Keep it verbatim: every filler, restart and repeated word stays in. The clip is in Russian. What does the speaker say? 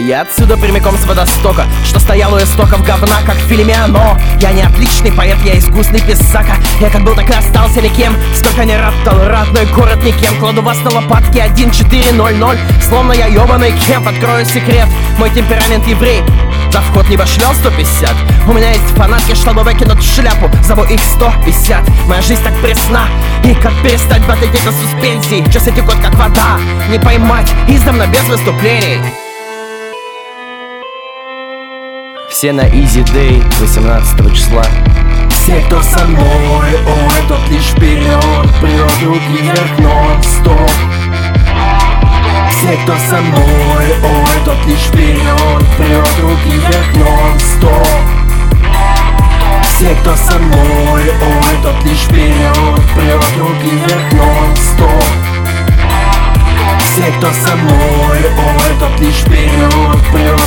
Я отсюда прямиком с водостока, что стоял у истоков говна, как в фильме «Оно». Я не отличный поэт, я искусный писака. Я как был, так и остался никем. Столько не раттал, родной город никем. Кладу вас на лопатки один четыре ноль ноль. Словно я ёбаный кемп, открою секрет. Мой темперамент еврей, за вход не башлял сто пятьдесят. У меня есть фанатки, чтобы выкинуть в шляпу. Зову их сто пятьдесят. Моя жизнь так пресна. И как перестать батать это суспензии? Часы текут как вода, не поймать издавна без выступлений. Все на Easy Day восемнадцатого числа. Все, кто со мной, ой, тот лишь вперед, прет руки вверх нон-стоп. Все, кто со мной, ой, тот лишь вперед, прет руки вверх нон-стоп. Все, кто со мной, ой, тот лишь вперед, прет руки вверх нон-стоп. Все, кто со мной, ой, тот лишь вперед, прет